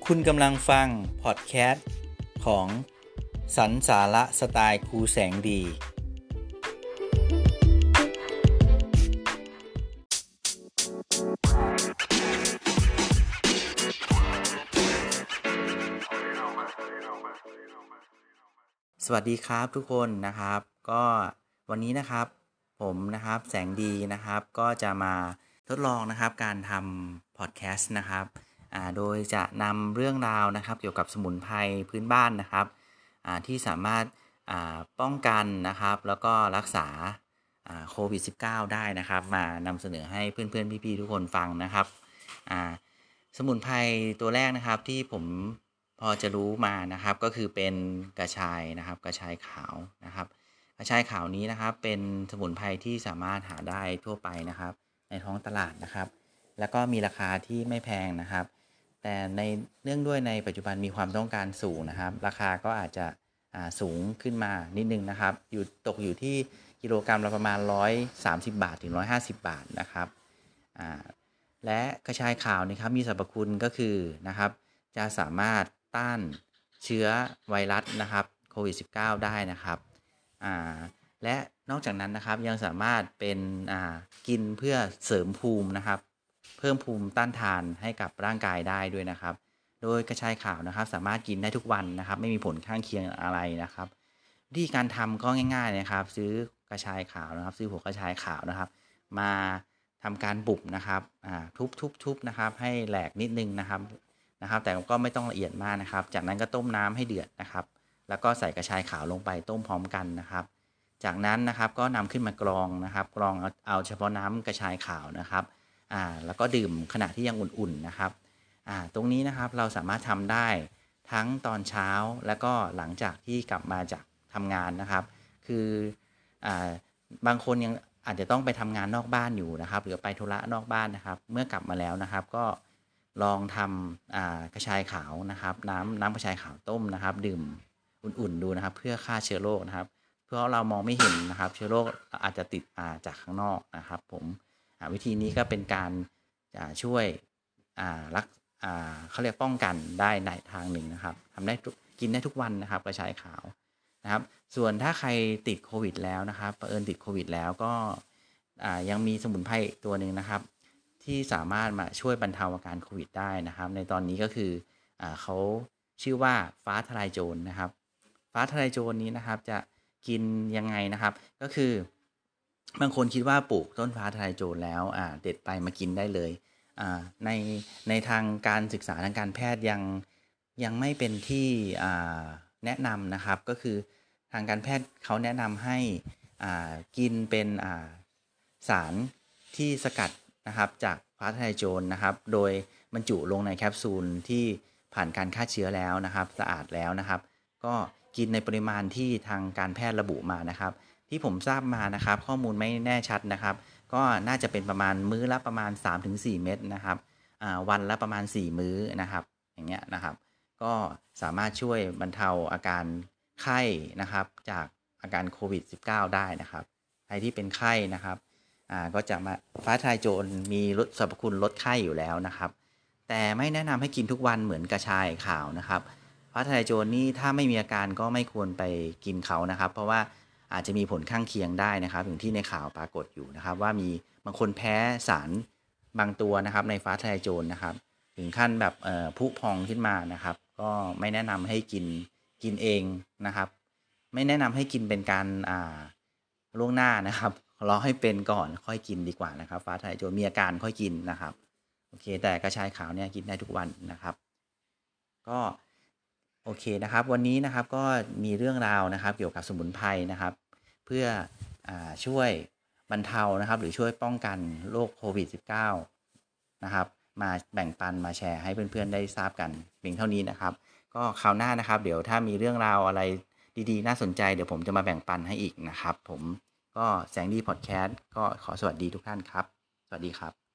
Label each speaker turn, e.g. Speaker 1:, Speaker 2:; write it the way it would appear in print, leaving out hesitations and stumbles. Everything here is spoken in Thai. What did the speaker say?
Speaker 1: คุณกำลังฟังพอดแคสต์ของสรรสาระสไตล์ครูแสงดีสวัสดีครับทุกคนนะครับก็วันนี้นะครับผมนะครับแสงดีนะครับก็จะมาทดลองนะครับการทำพอดแคสต์นะครับโดยจะนำเรื่องราวนะครับเกี่ยวกับสมุนไพรพื้นบ้านนะครับที่สามารถป้องกันนะครับแล้วก็รักษาโควิด -19 ได้นะครับมานำเสนอให้เพื่อนๆพี่ๆทุกคนฟังนะครับสมุนไพรตัวแรกนะครับที่ผมพอจะรู้มานะครับก็คือเป็นกระชายนะครับกระชายขาวนะครับกระชายขาวนี้นะครับเป็นสมุนไพรที่สามารถหาได้ทั่วไปนะครับในท้องตลาดนะครับแล้วก็มีราคาที่ไม่แพงนะครับแต่เนื่องด้วยในปัจจุบันมีความต้องการสูงนะครับราคาก็อาจจะสูงขึ้นมานิดนึงนะครับตกอยู่ที่กิโลกรัมละประมาณ130 บาทถึง150 บาทนะครับและกระชายขาวนะครับมีสรรพคุณก็คือนะครับจะสามารถต้านเชื้อไวรัสนะครับโควิด -19 ได้นะครับและนอกจากนั้นนะครับยังสามารถเป็นกินเพื่อเสริมภูมินะครับเพิ่มภูมิต้านทานให้กับร่างกายได้ด้วยนะครับโดยกระชายขาวนะครับสามารถกินได้ทุกวันนะครับไม่มีผลข้างเคียงอะไรนะครับวิธีการทำก็ง่ายๆนะครับซื้อกระชายขาวนะครับซื้อหัวกระชายขาวนะครับมาทำการบุบนะครับทุบนะครับให้แหลกนิดนึงนะครับแต่ก็ไม่ต้องละเอียดมากนะครับจากนั้นก็ต้มน้ำให้เดือดนะครับแล้วก็ใส่กระชายขาวลงไปต้มพร้อมกันนะครับจากนั้นนะครับก็นำขึ้นมากรองนะครับกรองเอาเฉพาะน้ำกระชายขาวนะครับแล้วก็ดื่มขณะที่ยังอุ่นๆนะครับตรงนี้นะครับเราสามารถทำได้ทั้งตอนเช้าแล้วก็หลังจากที่กลับมาจากทำงานนะครับคือบางคนยังอาจจะต้องไปทำงานนอกบ้านอยู่นะครับหรือไปธุระนอกบ้านนะครับเมื่อกลับมาแล้วนะครับก็ลองทำกระชายขาวนะครับน้ำกระชายขาวต้มนะครับดื่มอุ่นๆดูนะครับเพื่อฆ่าเชื้อโรคนะครับเพราะเรามองไม่เห็นนะครับเชื้อโรคอาจจะติดจากข้างนอกนะครับผมวิธีนี้ก็เป็นการช่วยเขาเรียกป้องกันได้ในทางหนึ่งนะครับทำได้กินได้ทุกวันนะครับกระชายขาวนะครับส่วนถ้าใครติดโควิดแล้วนะครับเผอิญติดโควิดแล้วก็ยังมีสมุนไพรตัวหนึ่งนะครับที่สามารถมาช่วยบรรเทาอาการโควิดได้นะครับในตอนนี้ก็คือเขาชื่อว่าฟ้าทลายโจรนะครับฟ้าทลายโจรนี้นะครับจะกินยังไงนะครับก็คือบางคนคิดว่าปลูกต้นฟ้าทลายโจรแล้วเด็ดไปมากินได้เลยในทางการศึกษาทางการแพทย์ยังไม่เป็นที่แนะนำนะครับก็คือทางการแพทย์เขาแนะนำให้กินเป็นสารที่สกัดนะครับจากฟ้าทลายโจรนะครับโดยบรรจุลงในแคปซูลที่ผ่านการฆ่าเชื้อแล้วนะครับสะอาดแล้วนะครับก็กินในปริมาณที่ทางการแพทย์ระบุมานะครับที่ผมทราบมานะครับข้อมูลไม่แน่ชัดนะครับก็น่าจะเป็นประมาณมื้อละประมาณ 3-4 เม็ดนะครับวันละประมาณ4มื้อนะครับอย่างเงี้ยนะครับก็สามารถช่วยบรรเทาอาการไข้นะครับจากอาการโควิด -19 ได้นะครับใครที่เป็นไข้นะครับก็จะมาฟ้าทลายโจรมีสรรพคุณลดไข้อยู่แล้วนะครับแต่ไม่แนะนำให้กินทุกวันเหมือนกระชายขาวนะครับฟ้าทลายโจรนี่ถ้าไม่มีอาการก็ไม่ควรไปกินเขานะครับเพราะว่าอาจจะมีผลข้างเคียงได้นะครับอย่างที่ในข่าวปรากฏอยู่นะครับว่ามีบางคนแพ้สารบางตัวนะครับในฟ้าทลายโจรนะครับถึงขั้นแบบพุพองขึ้นมานะครับก็ไม่แนะนำให้กินเองนะครับไม่แนะนำให้กินเป็นการล่วงหน้านะครับรอให้เป็นก่อนค่อยกินดีกว่านะครับฟ้าทลายโจรมีอาการค่อยกินนะครับโอเคแต่กระชายขาวเนี่ยกินได้ทุกวันนะครับก็โอเคนะครับวันนี้นะครับก็มีเรื่องราวนะครับเกี่ยวกับสมุนไพรนะครับเพื่อช่วยบรรเทานะครับหรือช่วยป้องกันโรคโควิด -19 นะครับมาแบ่งปันมาแชร์ให้เพื่อนๆได้ทราบกันเพียงเท่านี้นะครับก็คราวหน้านะครับเดี๋ยวถ้ามีเรื่องราวอะไรดีๆน่าสนใจเดี๋ยวผมจะมาแบ่งปันให้อีกนะครับผมก็แสงดีพอดแคสต์ก็ขอสวัสดีทุกท่านครับสวัสดีครับ